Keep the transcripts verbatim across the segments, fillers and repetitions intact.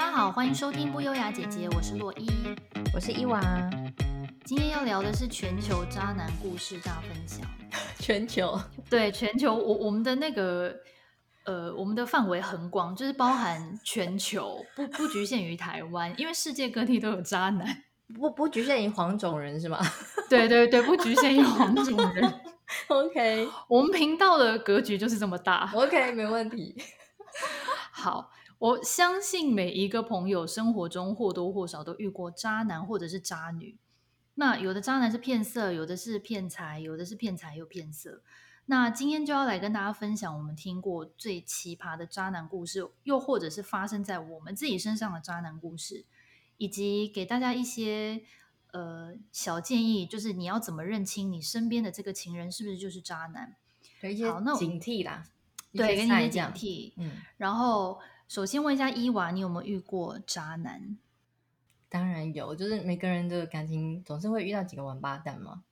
家好，欢迎收听不优雅姐姐，我是洛伊， 我是伊娃。 今天要聊的是全球渣男故事大分享。 全球对全球，我我们的那个呃，我们的范围很广，就是包含全球，不不局限于台湾，因为世界各地都有渣男。 不不局限于黄种人是吗？ 对对对，不局限于黄种人。 OK， 我们频道的格局就是这么大。 OK， 没问题。 好，我相信每一个朋友生活中或多或少都遇过渣男或者是渣女。那有的渣男是骗色，有的是骗财，有的是骗财又骗色。那今天就要来跟大家分享我们听过最奇葩的渣男故事，又或者是发生在我们自己身上的渣男故事，以及给大家一些呃小建议，就是你要怎么认清你身边的这个情人是不是就是渣男。 有一些警惕啦， 对，给你一些警惕。 嗯， 然后首先问一下伊娃，你有没有遇过渣男？ 当然有，就是每个人的感情总是会遇到几个王八蛋嘛。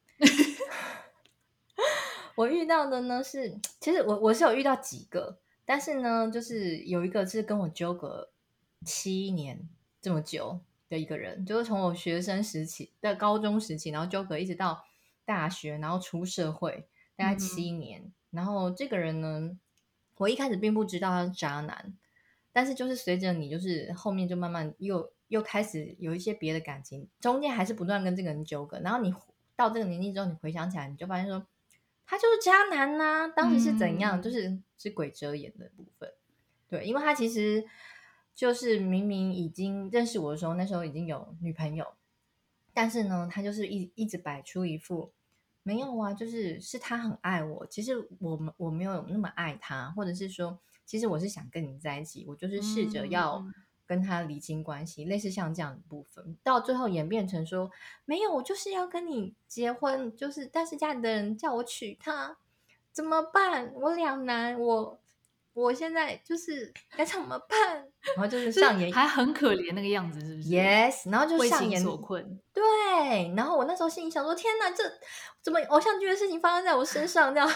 我遇到的呢是，其实我我是有遇到几个，但是呢，就是有一个是跟我纠葛七年这么久的一个人，就是从我学生时期的高中时期，然后纠葛一直到大学，然后出社会，大概七年。嗯、然后这个人呢，我一开始并不知道他是渣男，但是就是随着你就是后面就慢慢又又开始有一些别的感情，中间还是不断跟这个人纠葛，然后你到这个年纪之后，你回想起来，你就发现说他就是渣男呐、啊，当时是怎样，嗯、就是是鬼遮眼的部分。对，因为他其实就是明明已经认识我的时候，那时候已经有女朋友，但是呢，他就是一一直摆出一副没有啊，就是是他很爱我，其实我我没有那么爱他，或者是说，其实我是想跟你在一起，我就是试着要跟他厘清关系，嗯、类似像这样的部分，到最后演变成说，没有，我就是要跟你结婚，就是但是家里的人叫我娶她，怎么办？我两难，我我现在就是该怎么办？然后就是上演， 还很可怜那个样子，是不是 ？Yes， 然后就上演为情所困。 对，然后我那时候心里想说：天哪，这怎么偶像剧的事情发生在我身上？这样，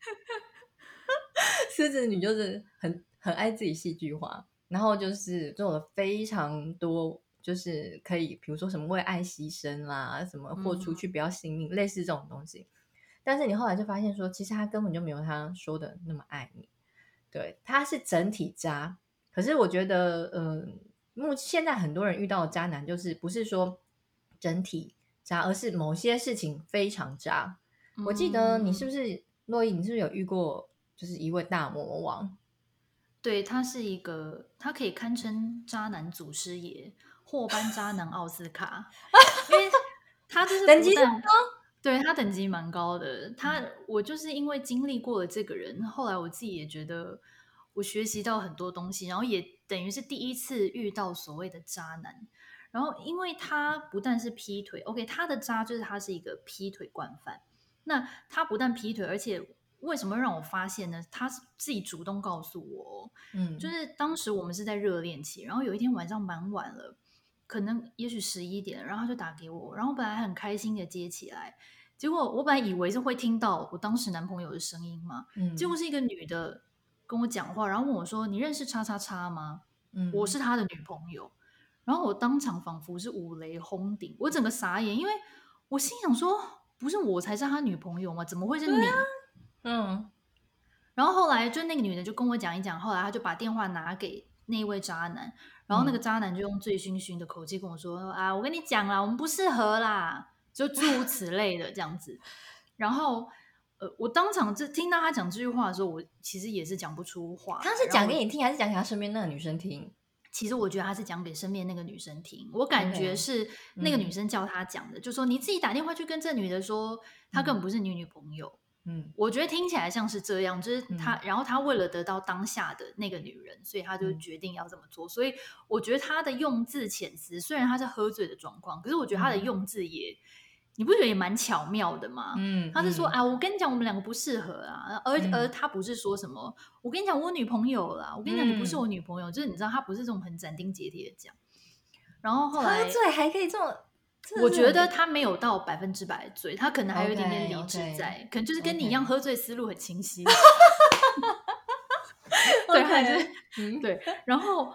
狮子女就是很很爱自己戏剧化，然后就是做了非常多，就是可以，比如说什么为爱牺牲啦，什么豁出去不要性命，嗯、类似这种东西。但是你后来就发现说，其实他根本就没有他说的那么爱你。对，他是整体渣。可是我觉得，呃，目现在很多人遇到的渣男，就是不是说整体渣，而是某些事情非常渣。嗯、我记得你是不是洛伊？你是不是有遇过，就是一位大魔王？ 对，他是一个，他可以堪称渣男祖师爷，获颁渣男奥斯卡，因为他就是等级很高。 对，他等级蛮高的，他我就是因为经历过了这个人，后来我自己也觉得我学习到很多东西，然后也等于是第一次遇到所谓的渣男。然后因为他不但是劈腿 OK 他的渣就是他是一个劈腿惯犯。那他不但劈腿，而且为什么让我发现呢？他是自己主动告诉我，嗯，就是当时我们是在热恋期，然后有一天晚上蛮晚了，可能也许十一点，然后他就打给我，然后本来很开心的接起来，结果我本来以为是会听到我当时男朋友的声音嘛，嗯、结果是一个女的跟我讲话，然后问我说：“你认识叉叉叉吗？”嗯、我是他的女朋友，然后我当场仿佛是五雷轰顶，我整个傻眼，因为我心想说：“不是我才是他女朋友吗？怎么会是你？”啊、嗯。然后后来就那个女的就跟我讲一讲，后来他就把电话拿给那位渣男，然后那个渣男就用醉醺醺的口气跟我说：“嗯、啊，我跟你讲啦，我们不适合啦，就诸如此类的这样子。”然后呃，我当场这听到他讲这句话的时候，我其实也是讲不出话。 他是讲给你听，还是讲给他身边那个女生听？ 其实我觉得他是讲给身边那个女生听，我感觉是那个女生叫他讲的， okay. 就说你自己打电话去跟这女的说，她根本不是你女朋友。嗯，我觉得听起来像是这样，就是他，嗯、然后他为了得到当下的那个女人，所以他就决定要这么做。嗯、所以我觉得他的用字遣词，虽然他是喝醉的状况，可是我觉得他的用字也，嗯、你不觉得也蛮巧妙的吗？嗯，他是说、嗯、啊，我跟你讲，我们两个不适合啊，而、嗯、而他不是说什么，我跟你讲，我女朋友啦，我跟你讲，你不是我女朋友，嗯、就是你知道，他不是这种很斩钉截铁的讲。然后后来喝醉还可以这么。 我觉得他没有到百分之百醉，他可能还有一点点理智在， okay, 可能就是跟你一样喝醉，思路很清晰。Okay. 对，还是、嗯、对。然后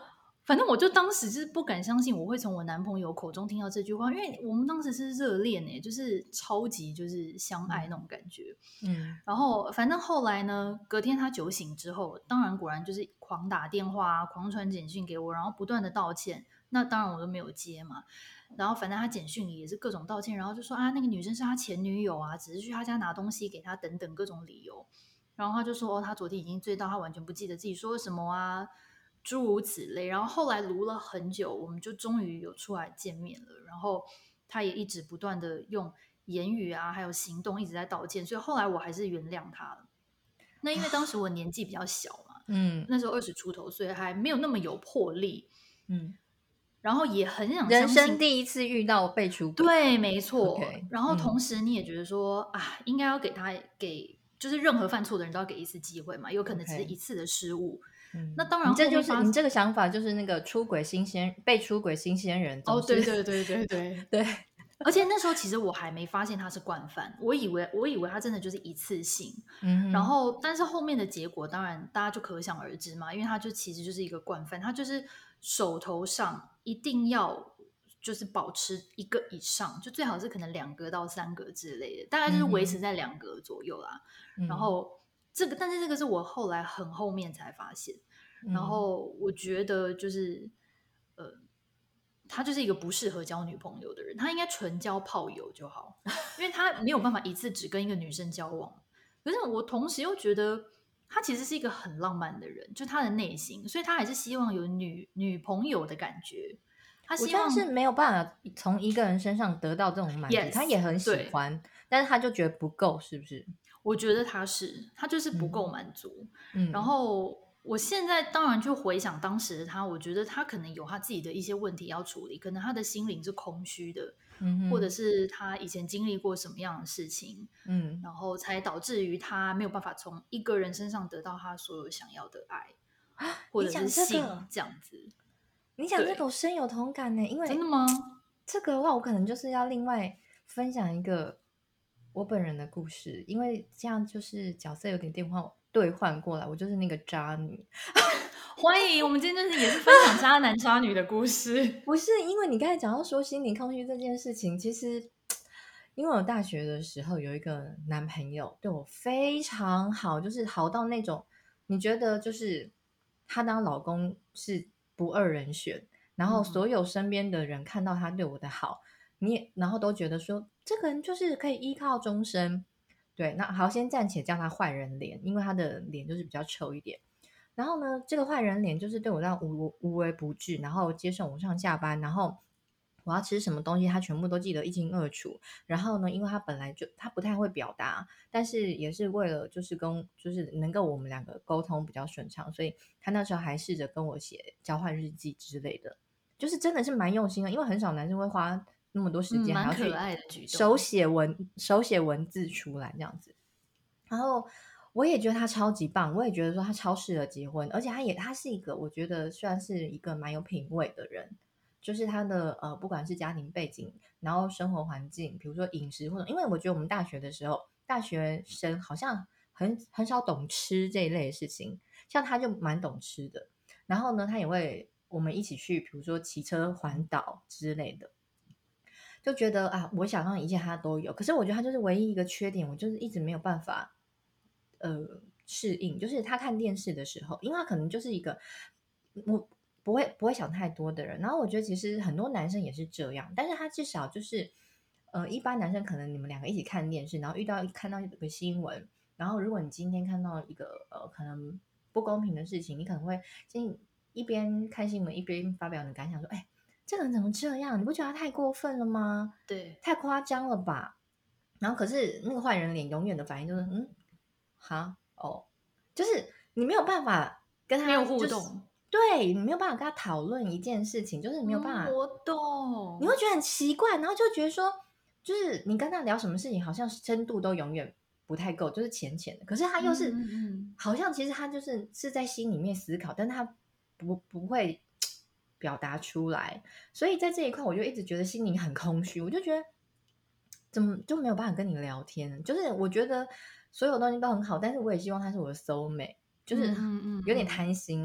反正我就当时就是不敢相信我会从我男朋友口中听到这句话，因为我们当时是热恋哎，就是超级就是相爱那种感觉。 嗯， 然后反正后来呢，隔天他酒醒之后，当然果然就是狂打电话啊，狂传简讯给我，然后不断的道歉。那当然我都没有接嘛。然后反正他简讯里也是各种道歉，然后就说啊那个女生是他前女友啊，只是去他家拿东西给他等等各种理由。然后他就说哦，他昨天已经醉到他完全不记得自己说了什么啊。诸如此类，然后后来撸了很久，我们就终于有出来见面了。然后他也一直不断的用言语啊，还有行动一直在道歉，所以后来我还是原谅他了。那因为当时我年纪比较小嘛， 嗯那时候二十出头，所以还没有那么有魄力， 嗯， 然后也很想人相信， 生第一次遇到被出轨， 对，没错。 OK， 然后同嗯时你也觉得说、啊，应该要给他给，就是任何犯错的人都要给一次机会嘛，有可能只是 OK 一次的失误。 嗯， 那当然你这后面发就是你这个想法，就是那个出轨新鲜被出轨新鲜人总哦， 是对对对对对， 对， 而且那时候其实我还没发现他是惯犯，我以为我以为他真的就是一次性，然嗯哼， 后但是后面的结果当然大家就可想而知嘛，因为他就其实就是一个惯犯，他就是手头上一定要就是保持一个以上，就最好是可能两格到三格之类的，大概就是维持嗯哼， 在两格左右啦。然嗯后这个，但是这个是我后来很后面才发现，然嗯， 后我觉得就是呃。他就是一个不适合交女朋友的人，他应该纯交炮友就好，因为他没有办法一次只跟一个女生交往。可是我同时又觉得他其实是一个很浪漫的人，就他的内心，所以他还是希望有女女朋友的感觉。他我觉得他是希望没有办法从一个人身上得到这种满足，他 yes， 也很喜对， 欢，但是他就觉得不够，是不是？ 我觉得他是他就是不够嗯满足。然嗯后我现在当然就回想当时的他，我觉得他可能有他自己的一些问题要处理，可能他的心灵是空虚的，或者嗯哼是他以前经历过什么样的事情， 嗯， 然后才导致于他没有办法从一个人身上得到他所有想要的爱，或者是你讲这个， 性这样子。 你讲这个我对， 深有同感呢，因为真的吗？ 这个的话，我可能就是要另外分享一个我本人的故事，因为这样就是角色有点变换兑换过来，我就是那个渣女。 欢迎，我们今天就是也是分享渣男渣女的故事。 不是因为你刚才讲到说心理空虚这件事情，其实因为我大学的时候有一个男朋友对我非常好，就是好到那种你觉得就是他当老公是不二人选，然后所嗯， 有身边的人看到他对我的好，你也然后都觉得说这个人就是可以依靠终身。对，那好，先暂且叫他坏人脸，因为他的脸就是比较臭一点。然后呢，这个坏人脸就是对我这样无无微不至，然后接送我上下班，然后我要吃什么东西，他全部都记得一清二楚。然后呢，因为他本来就他不太会表达，但是也是为了就是跟就是能够我们两个沟通比较顺畅，所以他那时候还试着跟我写交换日记之类的，就是真的是蛮用心的，因为很少男生会花那么多时嗯， 间还蛮要去可爱的举手动。 写文手写文字出来这样子。然后我也觉得他超级棒，我也觉得说他超适合结婚，而且他也他是一个我觉得算是一个蛮有品味的人，就是他的呃不管是家庭背景，然后生活环境，比如说饮食或者，因为我觉得我们大学的时候，大学生好像很很少懂吃这一类的事情，像他就蛮懂吃的，然后呢，他也会我们一起去，比如说骑车环岛之类的。就觉得啊，我想让一切他都有，可是我觉得他就是唯一一个缺点，我就是一直没有办法呃适应。就是他看电视的时候，因为他可能就是一个我不会不会想太多的人，然后我觉得其实很多男生也是这样，但是他至少就是呃，一般男生可能你们两个一起看电视，然后遇到看到一个新闻，然后如果你今天看到一个呃可能不公平的事情，你可能会先一边看新闻一边发表你的感想，说，哎。这个人怎么这样？你不觉得他太过分了吗？ 对， 太夸张了吧？然后可是那个坏人脸永远的反应就是，嗯，哈，哦，就是你没有办法跟没有他，就是互动。 对你没有办法跟他讨论一件事情，就是你没有办嗯， 法， 我懂。 你会觉得很奇怪，然后就觉得说，就是你跟他聊什么事情，好像深度都永远不太够，就是浅浅的。可是他又是， 嗯嗯嗯， 好像其实他就是是在心里面思考，但他不不会表达出来，所以在这一块我就一直觉得心里很空虚，我就觉得怎么就没有办法跟你聊天？就是我觉得所有东西都很好，但是我也希望他是我的 soul mate，就是嗯嗯嗯有点嗯贪心啦。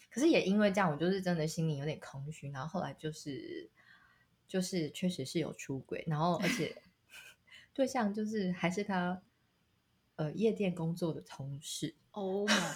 可是也因为这样，我就是真的心里有点空虚，然后后来就是就是确实是有出轨，然后而且对象就是还是他呃夜店工作的同事。 Oh my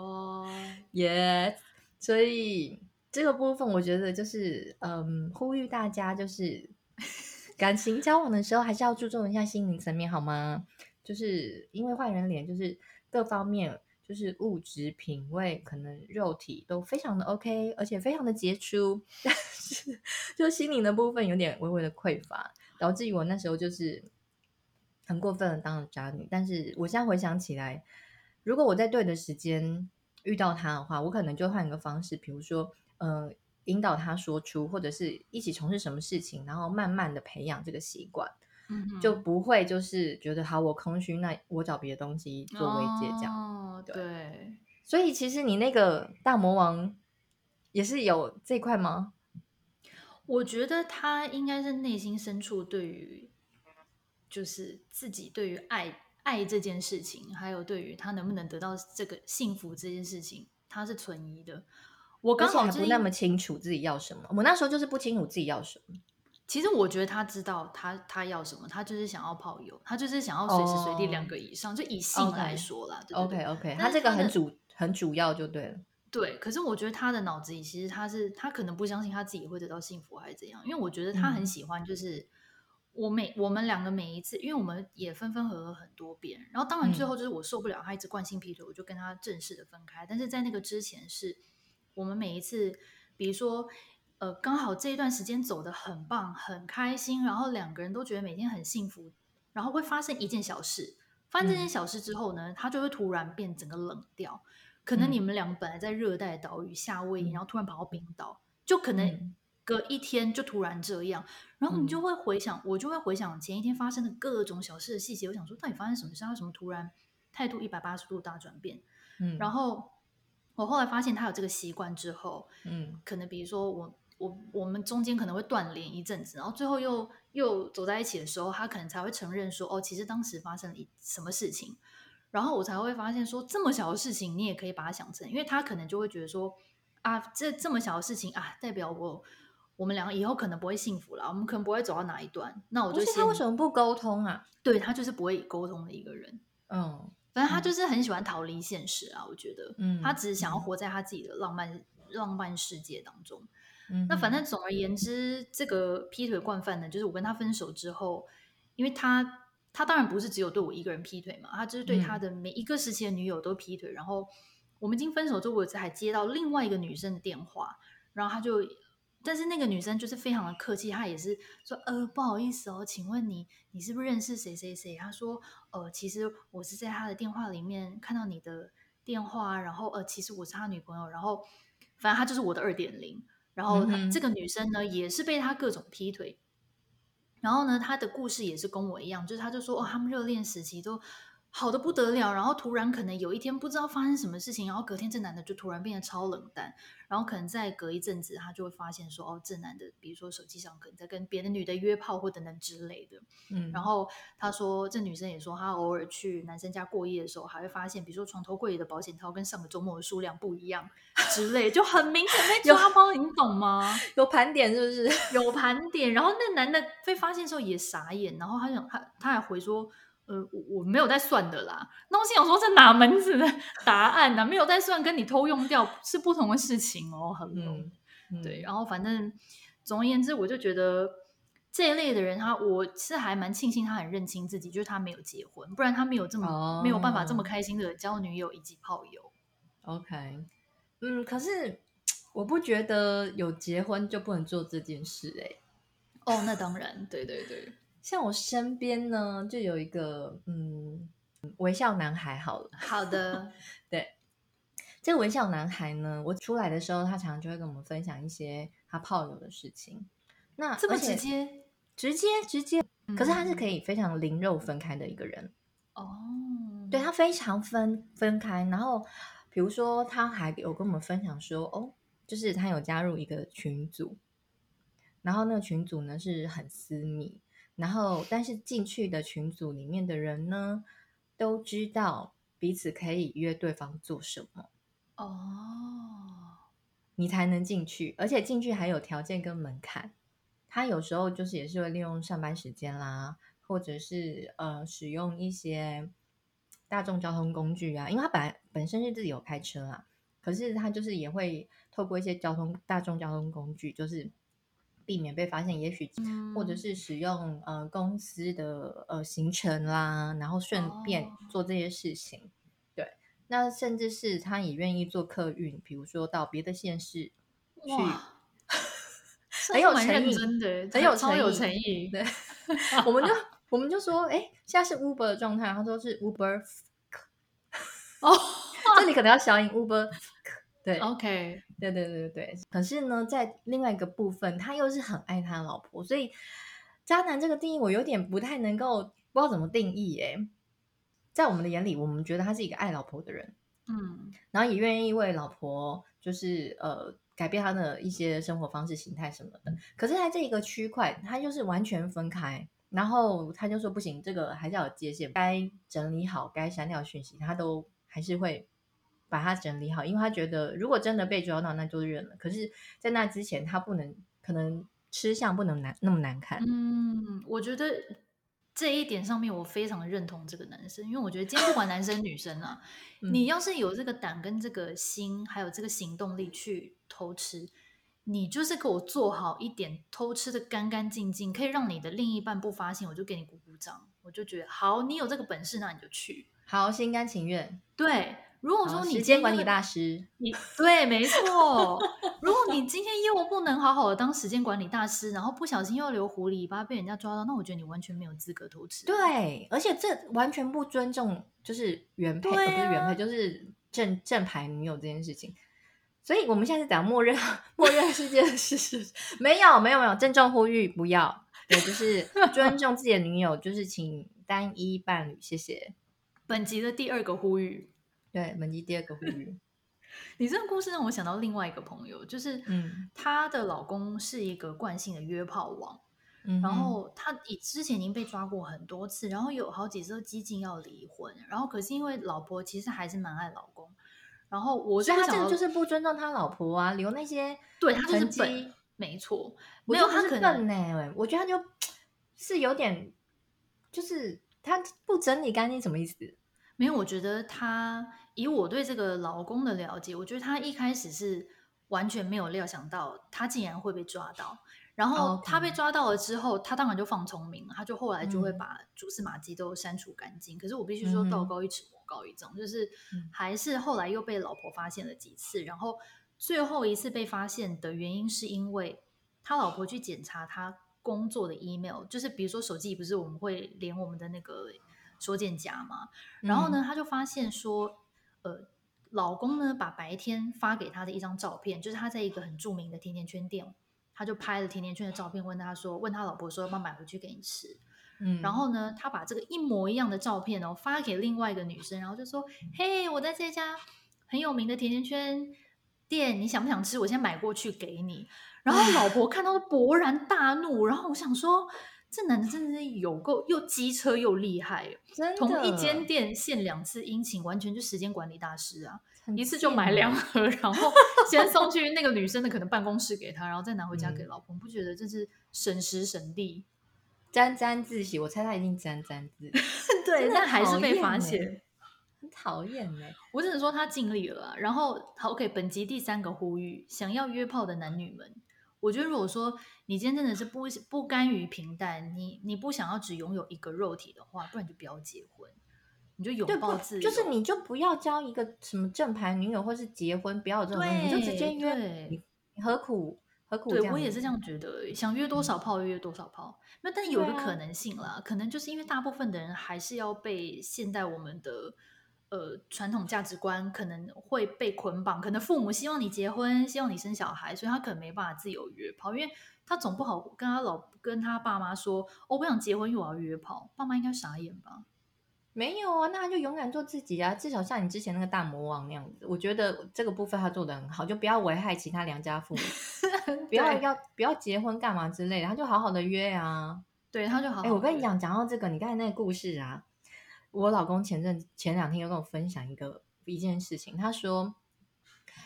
god！ 耶、所以这个部分我觉得就是嗯，呼吁大家就是感情交往的时候还是要注重一下心灵层面好吗？就是因为坏人脸就是各方面就是物质品味可能肉体都非常的 OK， 而且非常的杰出，但是就心灵的部分有点微微的匮乏，导致于我那时候就是很过分的当了渣女。但是我现在回想起来，如果我在对的时间遇到他的话，我可能就换一个方式，比如说呃引导他说出，或者是一起从事什么事情，然后慢慢的培养这个习惯， 嗯就哼， 不会就是觉得好我空虚，那我找别的东西做慰藉这样。 哦， 对， 对， 所以其实你那个大魔王也是有这一块吗？ 我觉得他应该是内心深处对于就是自己对于爱爱这件事情，还有对于他能不能得到这个幸福这件事情，他是存疑的。我刚而且好就是因还不那么清楚自己要什么。我那时候就是不清楚自己要什么。 其实我觉得他知道他他要什么，他就是想要炮友，他就是想要随时随地两哦个以上。就以性来 ，OK 说啦，对对 OK 对。 OK，他这个但是他的很主很主要就对了。 对，可是我觉得他的脑子里其实他是他可能不相信他自己会得到幸福还是怎样，因为我觉得他很嗯喜欢就是我每我们两个每一次，因为我们也分分合合很多遍，然后当然最嗯后就是我受不了他一直惯性劈腿，我就跟他正式的分开。但是在那个之前是我们每一次，比如说呃刚好这一段时间走的很棒很开心，然后两个人都觉得每天很幸福，然后会发生一件小事，发生这件嗯小事之后呢，他就会突然变整个冷掉。可能你嗯们两个本来在热带岛屿夏威夷，然嗯后突然跑到冰岛，就可能嗯隔一天就突然这样，然后你就嗯会回想，我就会回想前一天发生的各种小事的细节，我想说到底发生什么事，他为什么突然态度一百八十度大转变？然嗯后我后来发现他有这个习惯之后， 嗯可能比如说我我我们中间可能会断联一阵子，然后最后又又走在一起的时候，他可能才会承认说，哦，其实当时发生了一什么事情，然后我才会发现说，这么小的事情你也可以把它想成，因为他可能就会觉得说，啊，这这么小的事情啊，代表我我们两个以后可能不会幸福了，我们可能不会走到哪一段，那我不是他为就先什么不沟通啊？ 对他就是不会沟通的一个人。 嗯反正他就嗯是很喜欢逃离现实啊，我觉得他嗯只是想要嗯活在他自己的浪漫浪漫世界当中。那反嗯正总而言之，这个劈腿惯犯呢，就是我跟他分手之后，因为他他当然不是只有对我一个人劈腿嘛，他就是对他嗯的每一个时期的女友都劈腿。然后我们已经分手之后，我还接到另外一个女生的电话，然后他就，但是那个女生就是非常的客气，她也是说，呃，不好意思哦，请问你你是不是认识谁谁谁？她说，呃，其实我是在他的电话里面看到你的电话，然后呃，其实我是他女朋友，然后反正他就是我的二点零。然后他这嗯哼个女生呢，也是被他各种劈腿，然后呢，她的故事也是跟我一样，就是她就说，哦，他们热恋时期都好的不得了，然后突然可能有一天不知道发生什么事情，然后隔天这男的就突然变得超冷淡，然后可能再隔一阵子，他就会发现说，哦，这男的比如说手机上可能在跟别的女的约炮或等等之类的。然嗯， 后他说，这女生也说，她偶尔去男生家过夜的时候，还会发现，比如说床头柜里的保险套跟上个周末的数量不一样之类，就很明显被有抓包，你懂吗？ 有盘点是不是？ 有盘点，然后那男的被发现的时候也傻眼，然后他想他他还回说，呃，我我没有在算的啦。那我心想说，这哪门子的答案呢、啊？没有在算，跟你偷用掉是不同的事情哦。Hello，、 嗯对， 嗯然后反正总而言之，我就觉得这一类的人他，我是还蛮庆幸他很认清自己，就是他没有结婚，不然他没有这么没有办法这么哦开心的交女友以及炮友。 ，OK，嗯，可是我不觉得有结婚就不能做这件事哎、 哦，那当然，对对对， 像我身边呢，就有一个嗯微笑男孩，好了， 好的， 对，这个微笑男孩呢，我出来的时候，他常常就会跟我们分享一些他炮友的事情。那这么直而且接， 直接直接，可是他是可嗯以非常灵肉分开的一个人。 哦， 对，他非常分分开，然后比如说他还有跟我们分享说，哦，就是他有加入一个群组，然后那个群组呢是很私密，然后但是进去的群组里面的人呢都知道彼此可以约对方做什么。 哦， 你才能进去，而且进去还有条件跟门槛。他有时候就是也是会利用上班时间啦，或者是呃使用一些大众交通工具啊，因为他本来本身是自己有开车啊，可是他就是也会透过一些交通大众交通工具，就是避免被发现，也许或者是使用呃公司的呃行程啦，然后顺便哦， 做这些事情。对，那甚至是他也愿意做客运，比如说到别的县市去， 哇，是很有还蛮认诚意， 真的， 很有超超有诚诚意。 意。 对，我们就我们就说，哎，现在是 Uber 的状态，他说是 Uber， 哦这里可能要小音 Uber。对， ，OK， 对对对对。可是呢，在另外一个部分，他又是很爱他老婆，所以渣男这个定义我有点不太能够不知道怎么定义耶。在我们的眼里，我们觉得他是一个爱老婆的人， 嗯然后也愿意为老婆就是呃改变他的一些生活方式形态什么的。可是在这一个区块，他就是完全分开，然后他就说不行，这个还是要有界限，该整理好该删掉讯息他都还是会把它整理好，因为他觉得如果真的被抓到那就认了，可是在那之前他不能，可能吃相不能难那么难看。 嗯，我觉得这一点上面我非常认同这个男生，因为我觉得今天不管男生女生啊，你嗯， 要是有这个胆跟这个心，还有这个行动力去偷吃，你就是给我做好一点，偷吃的干干净净，可以让你的另一半不发现，我就给你鼓鼓掌，我就觉得好，你有这个本事，那你就去。 好，心甘情愿。 对，如果好， 说你时今天又间管理大师。 你对，没错。如果你今天又不能好好的当时间管理大师，然后不小心又留狐狸尾巴被人家抓到，那我觉得你完全没有资格偷吃啊。 对，而且这完全不尊重，就是原配，呃， 对不是原配， 啊， 就是正正牌女友这件事情。所以我们现在是讲默认默认世界的事实，没有没有没有，郑重呼吁不要，对，就是尊重自己的女友，就是请单一伴侣，谢谢。 本集的第二个呼吁， 对，本集第二个呼吁。 你这个故事让我想到另外一个朋友，就是嗯她的老公是一个惯性的约炮王，然嗯哼后他以之前已经被抓过很多次，然后有好几次都激进要离婚，然后可是因为老婆其实还是蛮爱老公，然后我所以他这是不想要， 个就是不尊重他老婆啊，留那些对他就是痕笨， 迹。 没错，没有我觉得不是他可能笨呢、我觉得他就是有点，就是他不整理干净什么意思？ 没有，我觉得她以我对这个老公的了解，我觉得她一开始是完全没有料想到他竟然会被抓到。然后他被 OK。 抓到了之后，他当然就放聪明了，他就后来就会嗯把蛛丝马迹都删除干净。可是我必须说，道嗯哼。 高一尺，魔高一丈，就是嗯还是后来又被老婆发现了几次，然后最后一次被发现的原因是因为他老婆去检查他工作的 email，就是比如说手机里不是我们会连我们的那个收件夹嘛，然后嗯呢，他就发现说，呃，老公呢把白天发给他的一张照片，就是他在一个很著名的甜甜圈店，他就拍了甜甜圈的照片，问他说，问他老婆说要不要买回去给你吃。然嗯后呢，他把这个一模一样的照片哦发给另外一个女生，然后就说：“嘿，我在这家很有名的甜甜圈店，你想不想吃？我先买过去给你。”然后老婆看到勃然大怒，然后我想说，这男的真的是有够又机车又厉害， 真同一间的店献两次殷勤，完全就时间管理大师啊！ 很一次就买两贱欸。 盒，然后先送去那个女生的可能办公室给她，然后再拿回家给嗯， 老婆，不觉得这是省时省力？ 沾沾自喜，我猜他一定沾沾自喜，真对， 的很但还是讨被发厌呢、 现。 很讨厌呢。 我只能说他尽力了啦。然后，好，OK，本集第三个呼吁：想要约炮的男女们，我觉得如果说你今天真的是不不甘于平淡，你你不想要只拥有一个肉体的话，不然就不要结婚，你就对， 拥不抱自由。 就是你就不要交一个什么正牌女友，或是结婚，不要有这种东西，你就直接对约， 对你你何苦何苦对， 这样子？ 我也是这样觉得，想约多少嗯， 炮约多少炮。那但有对啊。 一个可能性啦，可能就是因为大部分的人还是要被现代我们的呃传统价值观可能会被捆绑，可能父母希望你结婚，希望你生小孩，所以他可能没办法自由约炮，因为他总不好跟他老跟他爸妈说，哦，我不想结婚，因为我要约炮，爸妈应该傻眼吧？ 没有啊，那他就勇敢做自己啊！至少像你之前那个大魔王那样子，我觉得这个部分他做的很好，就不要危害其他良家妇女，不要对要不要结婚干嘛之类的，他就好好的约啊。 对，他就好哎， 好约。 我跟你讲，讲到这个，你刚才那个故事啊，我老公前阵前两天又跟我分享一个一件事情，他说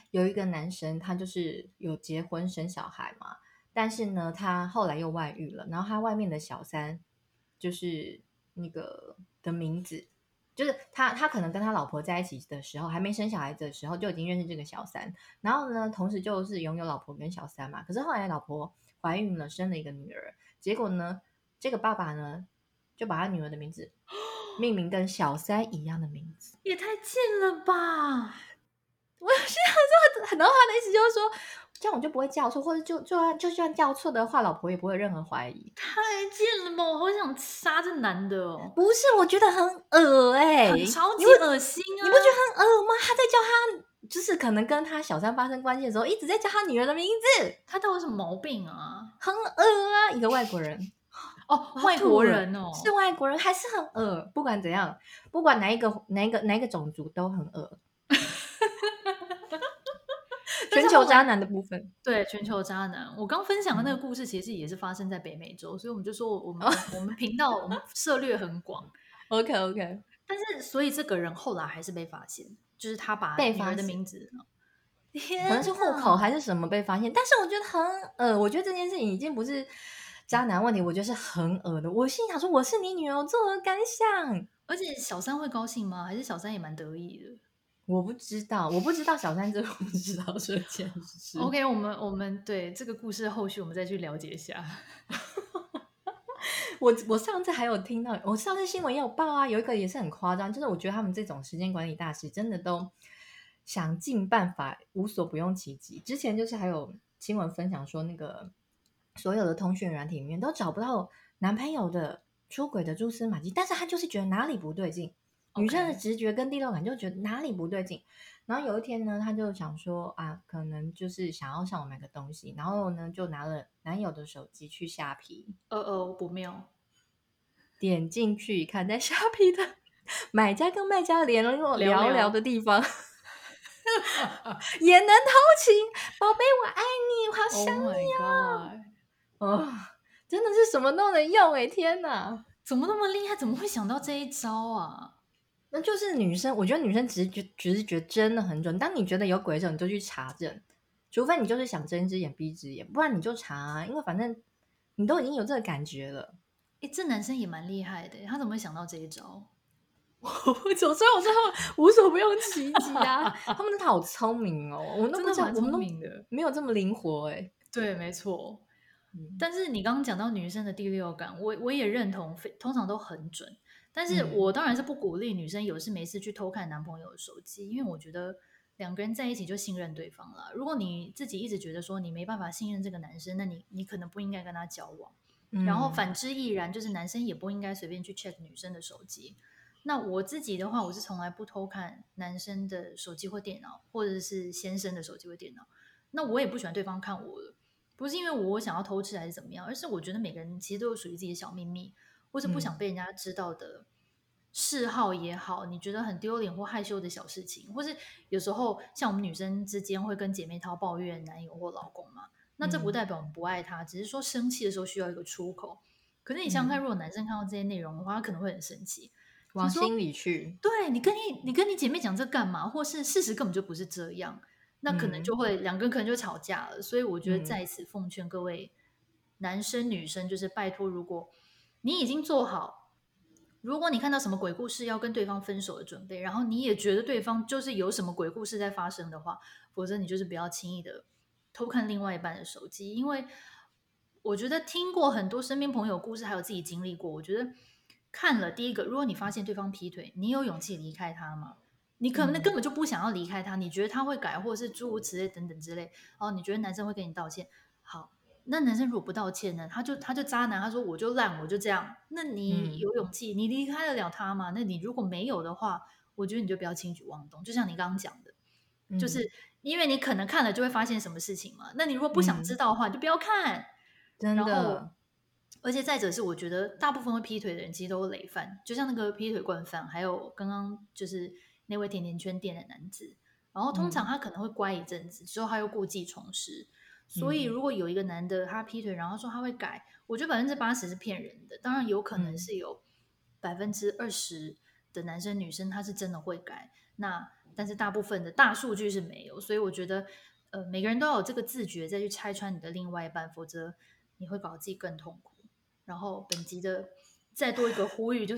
有一个男生他就是有结婚生小孩嘛，但是呢他后来又外遇了，然后他外面的小三就是那个的名字，就是他他可能跟他老婆在一起的时候还没生小孩子的时候就已经认识这个小三，然后呢同时就是拥有老婆跟小三嘛，可是后来老婆怀孕了生了一个女儿，结果呢这个爸爸呢就把他女儿的名字命名跟小三一样的名字。 也太贱了吧！ 我心想说，然后他的意思就是说，这样我就不会叫错，或者就就算就算叫错的话，老婆也不会有任何怀疑。 太贱了吧！我好想杀这男的哦， 不是，我觉得很恶哎、欸， 很超级你不恶心啊！ 你不觉得很恶吗？他在叫他，就是可能跟他小三发生关系的时候，一直在叫他女儿的名字， 他到底有什么毛病啊？ 很恶啊！一个外国人哦，外国人哦， 是外国人，还是很恶。不管怎样，不管哪一个哪一个哪一个种族都很恶。全球渣男的部分， 对，全球渣男。我刚分享的那个嗯故事，其实也是发生在北美洲，所以我们就说我们我们频道我们涉略很广。 OK OK， 但是所以这个人后来还是被发现，就是他把女儿的被发现名字， 可天能是户口哪还是什么被发现，但是我觉得很恶，我觉得这件事情已经不是渣男问题，我觉得是很恶的。我心想说，我是你女儿，我作何感想？ 而且小三会高兴吗？还是小三也蛮得意的我不知道，我不知道小三这个，我不知道这件事。 ？OK，我们我们对这个故事后续我们再去了解一下。 我我上次还有听到，我上次新闻也有报啊，有一个也是很夸张，就是我觉得他们这种时间管理大师真的都想尽办法，无所不用其极。之前就是还有新闻分享说，那个所有的通讯软体里面都找不到男朋友的出轨的蛛丝马迹，但是他就是觉得哪里不对劲， OK 女生的直觉跟第六感就觉得哪里不对劲。然后有一天呢，他就想说啊，可能就是想要上网买个东西，然后呢就拿了男友的手机去虾皮， 呃呃，不妙。 点进去看，在虾皮的买家跟卖家联络聊聊聊聊的地方也能偷情，宝贝我爱你，我好 Oh 想你 my god！ 哦，真的是什么都能用哎，天哪！ 怎么那么厉害？怎么会想到这一招啊？ 那就是女生，我觉得女生直觉直觉真的很准。当你觉得有鬼的时候，你就去查证，除非你就是想睁一只眼闭一只眼，不然你就查啊，因为反正你都已经有这个感觉了。 诶，这男生也蛮厉害的，他怎么会想到这一招？ 所以我最后无所不用其极啊！他们真的好聪明哦，我们都不知道， 真的蛮我们都聪明的。 没有这么灵活哎。 对，没错。 嗯但是你刚刚讲到女生的第六感，我我也认同，非通常都很准。但是嗯我当然是不鼓励女生有事没事去偷看男朋友的手机，因为我觉得两个人在一起就信任对方了。如果你自己一直觉得说你没办法信任这个男生，那你你可能不应该跟他交往。然后嗯反之亦然，就是男生也不应该随便去 check 女生的手机。那我自己的话，我是从来不偷看男生的手机或电脑，或者是先生的手机或电脑。那我也不喜欢对方看我的，不是因为我想要偷吃还是怎么样，而是我觉得每个人其实都有属于自己的小秘密，或是不想被人家知道的嗜好也好，你觉得很丢脸或害羞的小事情，或是有时候像我们女生之间会跟姐妹淘抱怨男友或老公嘛，那这不代表我们不爱他，只是说生气的时候需要一个出口。可是你想想看，如果男生看到这些内容的话，他可能会很生气， 往心里去。 对你跟你你跟你姐妹讲这干嘛？或是事实根本就不是这样，那可能就会、两个人可能就吵架了。所以我觉得在此奉劝各位男生女生，就是拜托，如果你已经做好，如果你看到什么鬼故事要跟对方分手的准备，然后你也觉得对方就是有什么鬼故事在发生的话，否则你就是不要轻易的偷看另外一半的手机，因为我觉得听过很多身边朋友故事，还有自己经历过，我觉得看了第一个，如果你发现对方劈腿，你有勇气离开他吗？你可能根本就不想要离开他，你觉得他会改，或者是诸如此类等等之类。哦，你觉得男生会跟你道歉？好，那男生如果不道歉呢？他就他就渣男，他说我就烂，我就这样。那你有勇气，你离开得了他吗？那你如果没有的话，我觉得你就不要轻举妄动。就像你刚刚讲的，就是因为你可能看了就会发现什么事情嘛。那你如果不想知道的话，你就不要看。 真然后的， 而且再者是，我觉得大部分会劈腿的人其实都是累犯，就像那个劈腿惯犯，还有刚刚就是那位甜甜圈店的男子。然后通常他可能会乖一阵子，之后他又故技重施。所以如果有一个男的他劈腿，然后说他会改，我觉得百分之八十是骗人的。当然有可能是有百分之二十的男生女生他是真的会改。那但是大部分的大数据是没有，所以我觉得呃每个人都要有这个自觉，再去拆穿你的另外一半，否则你会搞得自己更痛苦。然后本集的再多一个呼吁就是，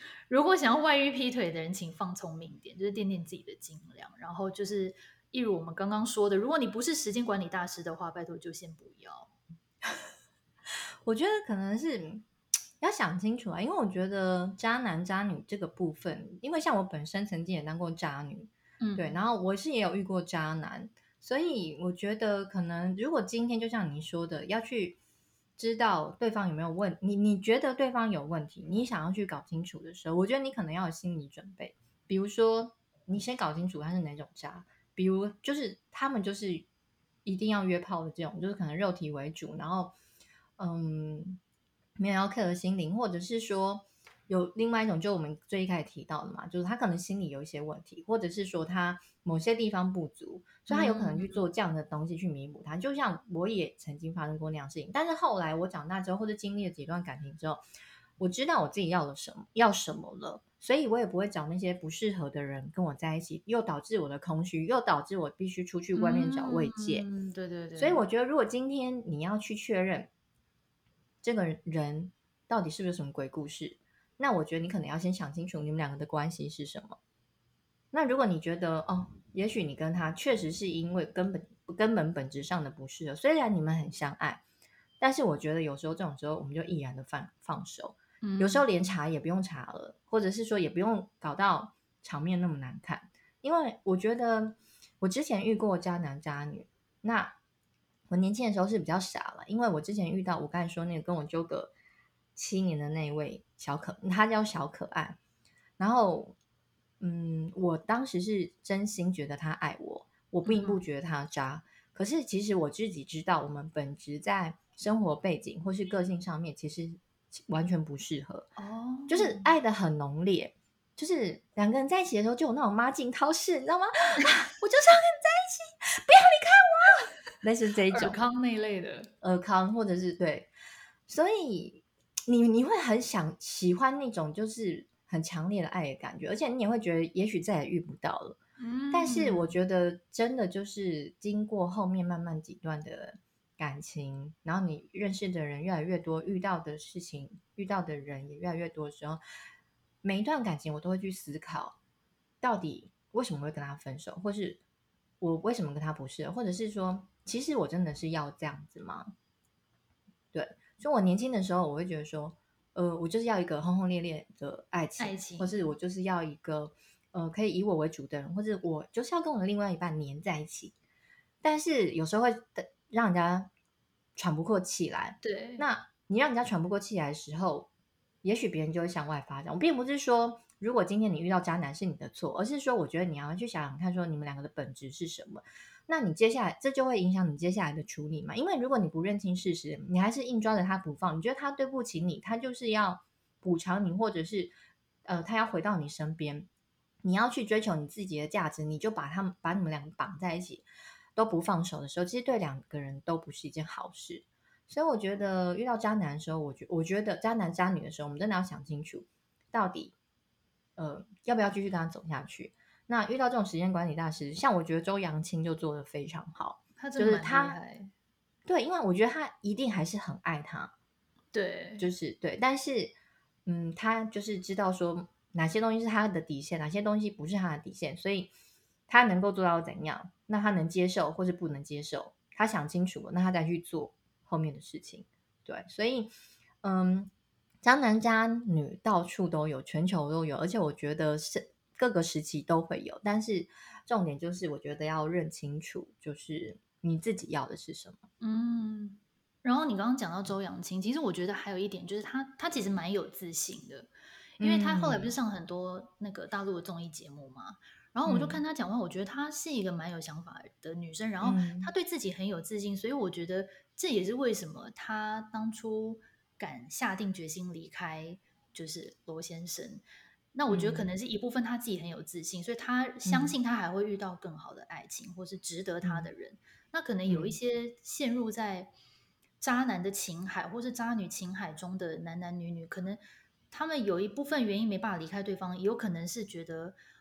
如果想要外遇劈腿的人，请放聪明一点，就是掂掂自己的斤两。然后就是，一如我们刚刚说的，如果你不是时间管理大师的话，拜托就先不要。 我觉得可能是要想清楚啊，因为我觉得渣男渣女这个部分，因为像我本身曾经也当过渣女， 嗯， 对，然后我是也有遇过渣男，所以我觉得可能如果今天就像你说的，要去知道对方有没有问你，你觉得对方有问题，你想要去搞清楚的时候，我觉得你可能要有心理准备。比如说，你先搞清楚他是哪种渣，比如就是他们就是一定要约炮的这种，就是可能肉体为主，然后嗯没有要 care 心灵，或者是说有另外一种，就我们最一开始提到的嘛，就是他可能心里有一些问题，或者是说他某些地方不足，所以他有可能去做这样的东西去弥补他。就像我也曾经发生过那样的事情，但是后来我长大之后，或者经历了几段感情之后，我知道我自己要了什么，要什么了，所以我也不会找那些不适合的人跟我在一起，又导致我的空虚，又导致我必须出去外面找慰藉。 嗯，对对对。 所以我觉得，如果今天你要去确认这个人到底是不是什么鬼故事，那我觉得你可能要先想清楚你们两个的关系是什么。那如果你觉得哦，也许你跟他确实是因为根本根本本质上的不适合，虽然你们很相爱，但是我觉得有时候这种时候我们就毅然的放放手， 嗯， 有时候连查也不用查了，或者是说也不用搞到场面那么难看，因为我觉得我之前遇过渣男渣女，那我年轻的时候是比较傻了，因为我之前遇到我刚才说那个跟我纠葛七年的那一位小可，他叫小可爱，然后嗯，我当时是真心觉得他爱我，我并不觉得他渣。嗯、可是其实我自己知道，我们本质在生活背景或是个性上面，其实完全不适合。哦，就是爱的很浓烈，就是两个人在一起的时候就有那种妈劲涛式，你知道吗？啊、我就是要跟你在一起，不要离开我，类似这一种尔康那一类的， 尔康或者是对，所以你你会很想喜欢那种就是很强烈的爱的感觉，而且你也会觉得也许再也遇不到了。嗯，但是我觉得真的就是经过后面慢慢几段的感情，然后你认识的人越来越多，遇到的事情遇到的人也越来越多的时候，每一段感情我都会去思考，到底为什么会跟他分手，或是我为什么跟他不适合，或者是说其实我真的是要这样子吗？对，所以我年轻的时候我会觉得说呃，我就是要一个轰轰烈烈的爱情， 爱情或是我就是要一个呃可以以我为主的人，或者我就是要跟我的另外一半黏在一起。但是有时候会让人家喘不过气来。 对， 那你让人家喘不过气来的时候，也许别人就会向外发展。我并不是说如果今天你遇到渣男是你的错，而是说我觉得你要去想想看，说你们两个的本质是什么。那你接下来这就会影响你接下来的处理嘛？因为如果你不认清事实，你还是硬抓着他不放，你觉得他对不起你，他就是要补偿你，或者是呃他要回到你身边，你要去追求你自己的价值，你就把他们把你们两个绑在一起，都不放手的时候，其实对两个人都不是一件好事。所以我觉得遇到渣男的时候，我觉我觉得渣男渣女的时候，我们真的要想清楚，到底呃要不要继续跟他走下去。那遇到这种时间管理大师，像我觉得周扬青就做得非常好， 他真的蛮厉就是他害。 对，因为我觉得他一定还是很爱他， 对， 就是对，但是嗯，他就是知道说哪些东西是他的底线，哪些东西不是他的底线，所以他能够做到怎样，那他能接受或是不能接受，他想清楚了，那他再去做后面的事情。对，所以嗯，渣男渣女到处都有，全球都有，而且我觉得是各个时期都会有，但是重点就是我觉得要认清楚，就是你自己要的是什么。 嗯，然后你刚刚讲到周扬青，其实我觉得还有一点就是他他其实蛮有自信的，因为他后来不是上很多那个大陆的综艺节目嘛，然后我就看他讲话，我觉得她是一个蛮有想法的女生，然后她对自己很有自信，所以我觉得这也是为什么她当初敢下定决心离开就是罗先生。那我觉得可能是一部分他自己很有自信，所以他相信他还会遇到更好的爱情，或是值得他的人。那可能有一些陷入在渣男的情海或是渣女情海中的男男女女，可能他们有一部分原因没办法离开对方，也有可能是觉得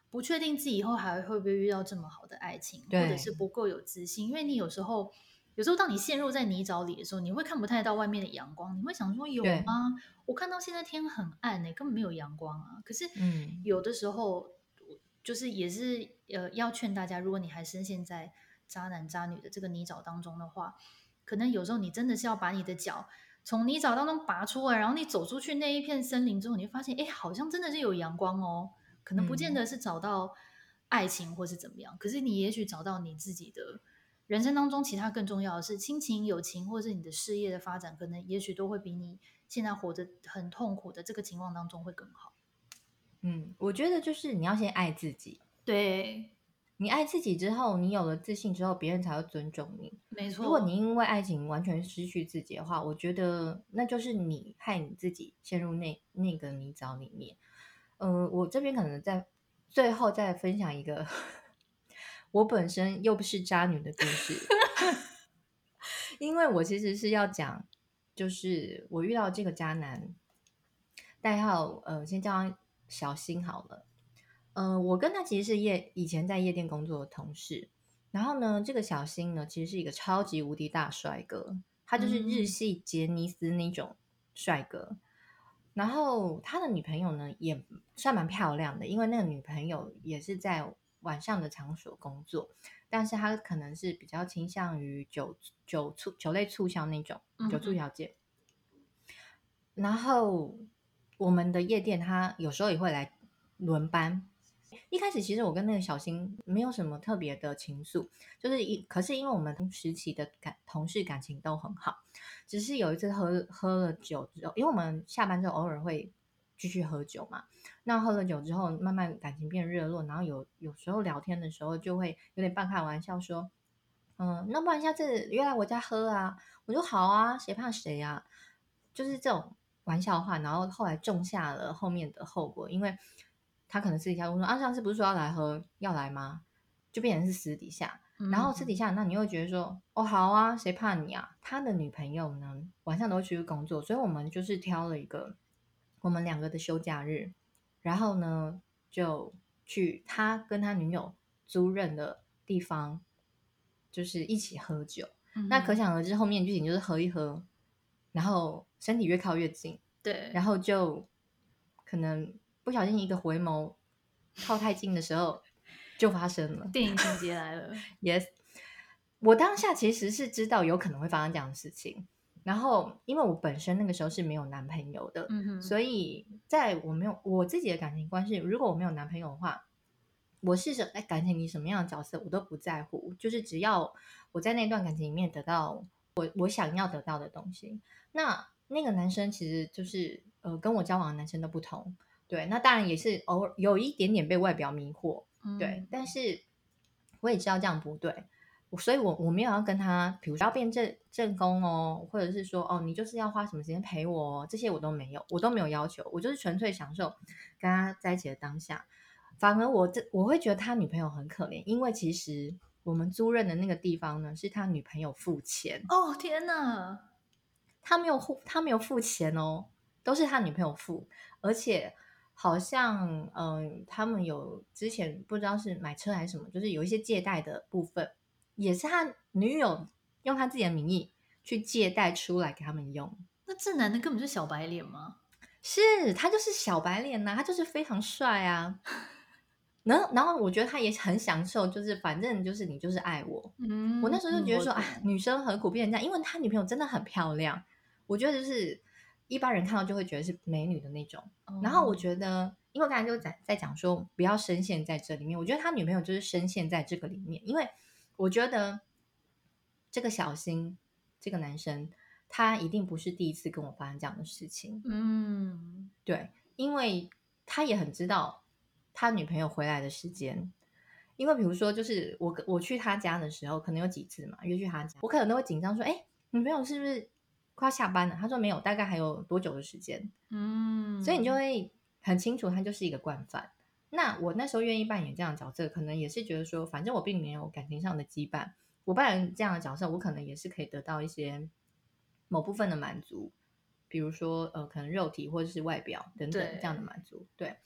不确定自己以后还会不会遇到这么好的爱情，或者是对不够有自信，因为你有时候。有时候，当你陷入在泥沼里的时候，你会看不太到外面的阳光，你会想说：“有对， 吗？我看到现在天很暗呢、根本没有阳光啊。”可是嗯有的时候，就是也是呃，要劝大家，如果你还深陷在渣男渣女的这个泥沼当中的话，可能有时候你真的是要把你的脚从泥沼当中拔出来，然后你走出去那一片森林之后，你会发现，哎，好像真的是有阳光哦。可能不见嗯得是找到爱情或是怎么样，可是你也许找到你自己的。人生当中，其他更重要的是亲情、友情，或是你的事业的发展，可能也许都会比你现在活得很痛苦的这个情况当中会更好。 嗯，我觉得就是你要先爱自己， 对， 你爱自己之后，你有了自信之后，别人才会尊重你。 没错。 如果你因为爱情完全失去自己的话，我觉得那就是你害你自己陷入那那个泥沼里面。呃，我这边可能在最后再分享一个我本身又不是渣女的故事，因为我其实是要讲，就是我遇到这个渣男，代号呃，先叫他小新好了。呃，我跟他其实是夜以前在夜店工作的同事，然后呢，这个小新呢，其实是一个超级无敌大帅哥，他就是日嗯系杰尼斯那种帅哥。然后他的女朋友呢也算蛮漂亮的，因为那个女朋友也是在晚上的场所工作，但是他可能是比较倾向于酒酒促酒类促销那种酒促嗯嗯小姐。然后我们的夜店他有时候也会来轮班。一开始其实我跟那个小新没有什么特别的情愫，就是一可是因为我们时期的感同事感情都很好，只是有一次喝喝了酒之后，因为我们下班之后偶尔会继续喝酒嘛，那喝了酒之后慢慢感情变热络，然后有有时候聊天的时候就会有点半开玩笑说，嗯，那不然下次约来我家喝啊？我说好啊，谁怕谁啊？就是这种玩笑话，然后后来种下了后面的后果，因为他可能私底下跟我说啊，上次不是说要来喝，要来吗？就变成是私底下，然后私底嗯下，那你又觉得说，哦，好啊，谁怕你啊？他的女朋友呢，晚上都会出去工作，所以我们就是挑了一个我们两个的休假日，然后呢，就去他跟他女友租任的地方，就是一起喝酒。 嗯那可想而知，后面剧情就是喝一喝，然后身体越靠越近， 对， 然后就可能不小心一个回眸靠太近的时候就发生了。 电影情节来了。 Yes，我当下其实是知道有可能会发生这样的事情，然后因为我本身那个时候是没有男朋友的， 嗯哼， 所以在我没有我自己的感情观是，如果我没有男朋友的话，我是什在感情里什么样的角色我都不在乎，就是只要我在那段感情里面得到我我想要得到的东西。那那个男生其实就是呃跟我交往的男生都不同，对，那当然也是偶尔有一点点被外表迷惑，对， 嗯但是我也知道这样不对，所以我我没有要跟他，比如说要变正正宫哦，或者是说哦，你就是要花什么时间陪我哦，这些我都没有，我都没有要求，我就是纯粹享受跟他在一起的当下。反而我这我会觉得他女朋友很可怜，因为其实我们租任的那个地方呢，是他女朋友付钱， 哦天哪， 他没有付，他没有付钱哦，都是他女朋友付，而且好像嗯、呃他们有之前不知道是买车还是什么，就是有一些借贷的部分，也是他女友用他自己的名义去借贷出来给他们用。 那这男的根本就是小白脸吗？ 是他就是小白脸呐、他就是非常帅啊。然后，然后我觉得他也很享受，就是反正就是你就是爱我。我那嗯， 时候就觉得说， 我懂。 哎，女生何苦变成这样？因为他女朋友真的很漂亮，我觉得就是一般人看到就会觉得是美女的那种。然后我哦觉得，因为刚才就在在讲说不要深陷在这里面，我觉得他女朋友就是深陷在这个里面，因为我觉得这个小新这个男生，他一定不是第一次跟我发生这样的事情。 嗯， 对，因为他也很知道他女朋友回来的时间，因为比如说，就是我我去他家的时候，可能有几次嘛，约去他家，我可能都会紧张说，哎，女朋友是不是快要下班了？他说没有，大概还有多久的时间？ 嗯， 所以你就会很清楚，他就是一个惯犯。那我那时候愿意扮演这样的角色，可能也是觉得说，反正我并没有感情上的羁绊，我扮演这样的角色，我可能也是可以得到一些某部分的满足，比如说呃，可能肉体或者是外表等等对这样的满足。对，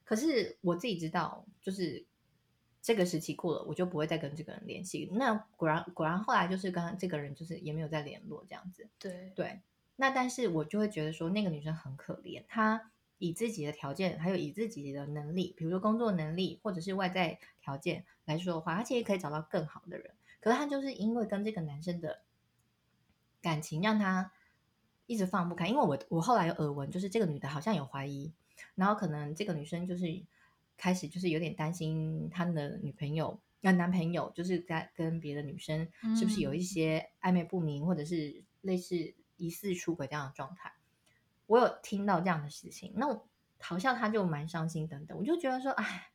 可是我自己知道，就是这个时期过了，我就不会再跟这个人联系。那果然果然后来就是跟这个人就是也没有再联络这样子。 对对，那但是我就会觉得说那个女生很可怜，她以自己的条件还有以自己的能力，比如说工作能力或者是外在条件来说的话，她其实可以找到更好的人，可是她就是因为跟这个男生的感情让她一直放不开。因为我我后来有耳闻，就是这个女的好像有怀疑，然后可能这个女生就是开始就是有点担心她的女朋友呃男朋友就是在跟别的女生是不是有一嗯， 些暧昧不明，或者是类似疑似出轨这样的状态。我有听到这样的事情，那我好像她就蛮伤心等等，我就觉得说，哎，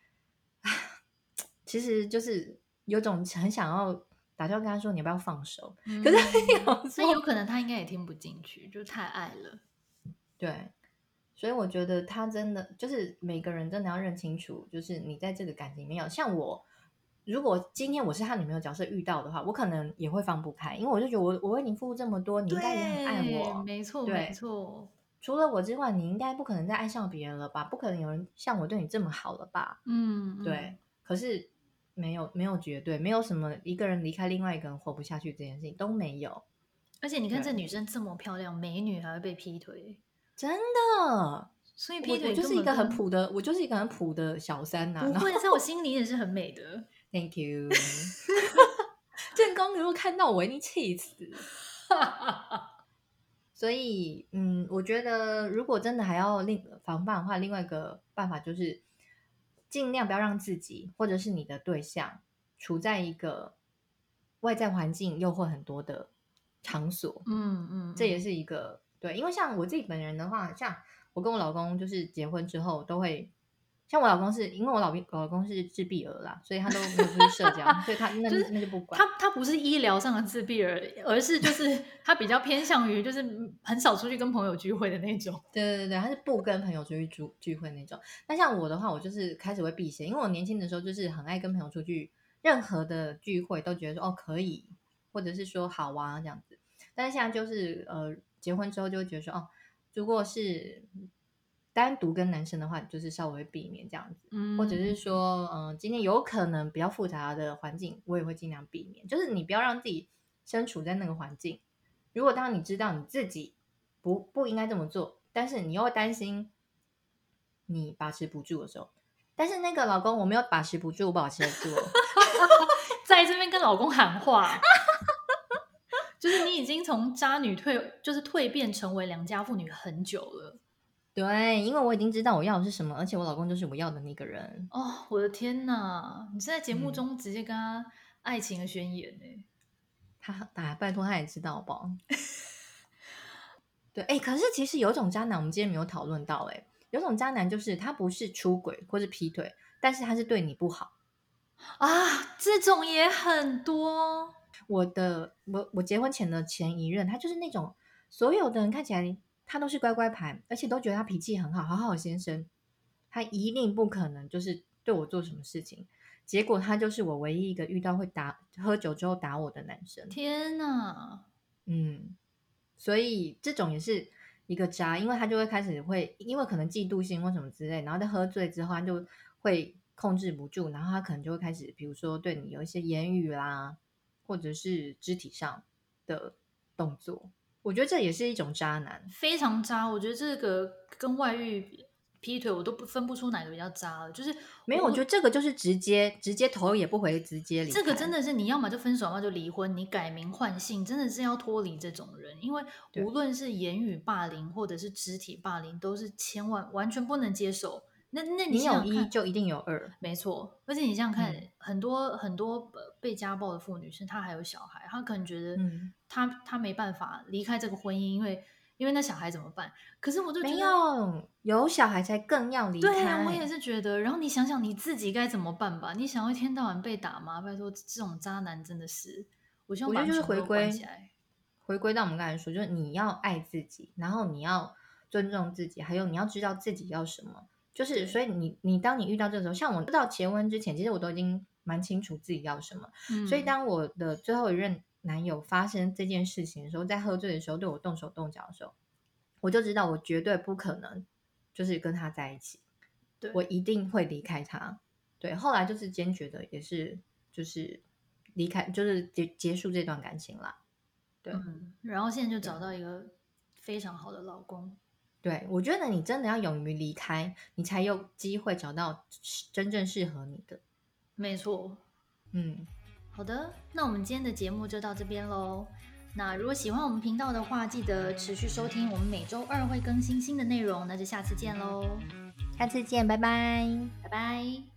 其实就是有种很想要打电话跟她说你要不要放手，可是嗯， 有说那有可能他应该也听不进去，就太爱了。 对。所以我觉得他真的就是每个人真的要认清楚，就是你在这个感情里面有像我，如果今天我是他女朋友角色遇到的话，我可能也会放不开，因为我就觉得我我为你付出这么多，你应该也很爱对， 我， 没错没对， 错。 除了我之外，你应该不可能再爱上别人了吧？不可能有人像我对你这么好了吧？ 嗯对， 嗯， 可是没有没有绝对，没有什么一个人离开另外一个人活不下去这件事情都没有， 而且你看这对， 女生这么漂亮，美女还会被劈腿， 真的。 所以劈我我就是一个腿根本跟很普的，我就是一个很普的小三呐、啊然后不会，在我心里也是很美的。 Thank you，正宫如果看到我一定气死。所以，嗯，我觉得如果真的还要另防范的话，另外一个办法就是尽量不要让自己或者是你的对象处在一个外在环境诱惑很多的场所， 嗯嗯嗯， 这也是一个对。因为像我自己本人的话，像我跟我老公就是结婚之后都会。像我老公是因为我老我老公是自闭儿啦，所以他都没有出去社交，所以他那就是那就不管。 他他不是医疗上的自闭儿，而是就是他比较偏向于就是很少出去跟朋友聚会的那种。 对对对，他是不跟朋友出去聚聚会那种。那像我的话，我就是开始会避嫌，因为我年轻的时候就是很爱跟朋友出去，任何的聚会都觉得说哦可以，或者是说好啊这样子。但是现在就是呃结婚之后就会觉得说哦，如果是单独跟男生的话，就是稍微避免这样子，或者是嗯， 说嗯、呃今天有可能比较复杂的环境，我也会尽量避免，就是你不要让自己身处在那个环境。如果当你知道你自己不不应该这么做，但是你又会担心你把持不住的时候，但是那个老公我没有把持不住，我把持得住哦。 在这边跟老公喊话，就是你已经从渣女蜕，就是蜕变成为良家妇女很久了。 对，因为我已经知道我要的是什么，而且我老公就是我要的那个人。 哦，我的天哪！你是在节目嗯， 中直接跟他爱情的宣言呢？ 他啊，拜托他也知道好不好？对，哎，可是其实有一种渣男，我们今天没有讨论到，哎，有种渣男就是他不是出轨或是劈腿，但是他是对你不好。 啊，这种也很多。 我的我我结婚前的前一任，他就是那种所有的人看起来他都是乖乖牌，而且都觉得他脾气很好，好好先生，他一定不可能就是对我做什么事情。结果他就是我唯一一个遇到会打喝酒之后打我的男生。 天哪！ 嗯，所以这种也是一个渣，因为他就会开始会因为可能嫉妒心或什么之类，然后在喝醉之后他就会控制不住，然后他可能就会开始比如说对你有一些言语啦，或者是肢体上的动作，我觉得这也是一种渣男。 非常渣，我觉得这个跟外遇、劈腿，我都不分不出哪个比较渣了。就是没有，我觉得我， 这个就是直接直接头也不回直接离这个真开。 的是你要么就分手，要么就离婚，你改名换姓，真的是要脱离这种人。因为对， 无论是言语霸凌或者是肢体霸凌，都是千万完全不能接受。那那你你有想想看， 一就一定有二。 没错，而且你想想看， 嗯很多很多呃被家暴的妇女是她还有小孩，她可能觉得嗯， 她她没办法离开这个婚姻，因为因为那小孩怎么办？可是我就觉没得， 有，有小孩才更要离对啊，我开。 也是觉得。然后你想想你自己该怎么办吧？你想要一天到晚被打吗？拜托，这种渣男真的是，我希望我觉得就是把他们全部都关回归起来。 回归到我们刚才说，就是你要爱自己，然后你要尊重自己，还有你要知道自己要什么。就是所对， 以你你当你遇到这个时候，像我到结婚之前，其实我都已经蛮清楚自己要什么。所以嗯， 当我的最后一任男友发生这件事情的时候，在喝醉的时候对我动手动脚的时候，我就知道我绝对不可能就是跟他在一起。 对， 我一定会离开他。对，后来就是坚决的，也是就是离开，就是结结束这段感情啦。对， 嗯，然后现在就找到一个非常好的老公。 对，我觉得你真的要勇于离开，你才有机会找到真正适合你的。 没错。 嗯， 好的，那我们今天的节目就到这边喽。那如果喜欢我们频道的话，记得持续收听，我们每周二会更新新的内容。那就下次见喽， 下次见，拜拜。 拜拜。